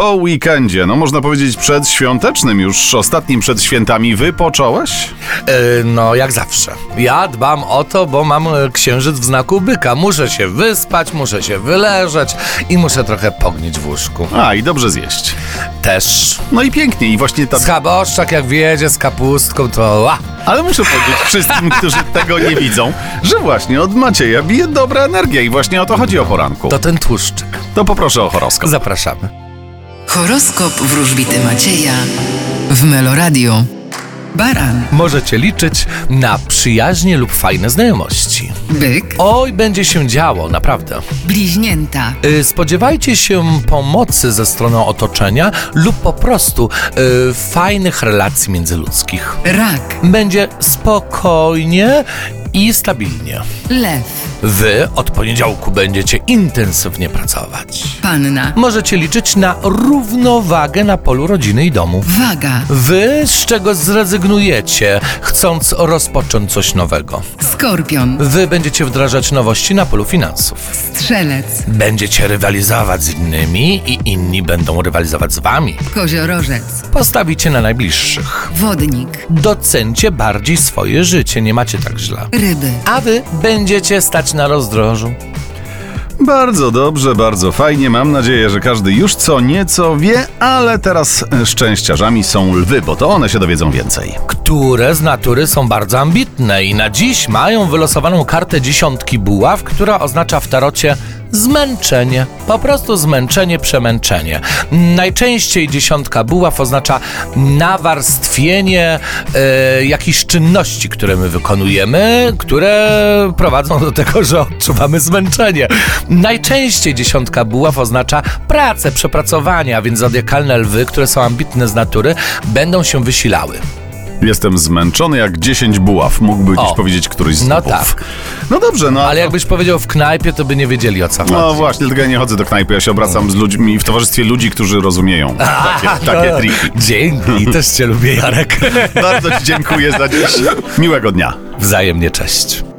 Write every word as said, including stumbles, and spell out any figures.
po weekendzie, no można powiedzieć przedświątecznym, już ostatnim przed świętami, wypocząłeś? Yy, no, jak zawsze. Ja dbam o to, bo mam e, księżyc w znaku byka. Muszę się wyspać, muszę się wyleżeć i muszę trochę pognieć w łóżku. A, i dobrze zjeść. Też. No i pięknie, i właśnie ta... Schaboszczak jak wyjedzie z kapustką, to... A, Ale muszę powiedzieć wszystkim, którzy tego nie widzą, że właśnie od Macieja bije dobra energia i właśnie o to chodzi o poranku. to ten tłuszczyk. To poproszę o horoskop. Zapraszamy. Horoskop wróżbity Macieja w Meloradio. Baran, Możecie liczyć na przyjaźnie lub fajne znajomości. byk, Oj, będzie się działo, naprawdę. bliźnięta, Y, Spodziewajcie się pomocy ze strony otoczenia lub po prostu y, fajnych relacji międzyludzkich. rak, Będzie spokojnie i stabilnie. lew, Wy od poniedziałku będziecie intensywnie pracować. panna, Możecie liczyć na równowagę na polu rodziny i domu. waga, Wy z czego zrezygnujecie, chcąc rozpocząć coś nowego. skorpion, Wy będziecie wdrażać nowości na polu finansów. strzelec, Będziecie rywalizować z innymi i inni będą rywalizować z wami. koziorożec, Postawicie na najbliższych. wodnik, Docencie bardziej swoje życie, nie macie tak źle. ryby, A wy będziecie stać na rozdrożu. Bardzo dobrze, bardzo fajnie. Mam nadzieję, że każdy już co nieco wie, ale teraz szczęściarzami są lwy, bo to one się dowiedzą więcej. Które z natury są bardzo ambitne i na dziś mają wylosowaną kartę dziesiątki buław, która oznacza w tarocie zmęczenie. Po prostu zmęczenie, przemęczenie. Najczęściej dziesiątka buław oznacza nawarstwienie e, jakichś czynności, które my wykonujemy, które prowadzą do tego, że odczuwamy zmęczenie. Najczęściej dziesiątka buław oznacza pracę, przepracowania, więc zodiakalne lwy, które są ambitne z natury, będą się wysilały. Jestem zmęczony jak dziesięć buław. Mógłby O, dziś powiedzieć któryś z no lwów. tak. No dobrze, no Ale jakbyś powiedział w knajpie, to by nie wiedzieli, o co chodzi. No właśnie, dlatego ja nie chodzę do knajpy, ja się obracam z ludźmi w towarzystwie ludzi, którzy rozumieją takie, takie triki. Dzięki, też cię lubię, Jarek. Bardzo Ci dziękuję za dziś. Miłego dnia. Wzajemnie, cześć.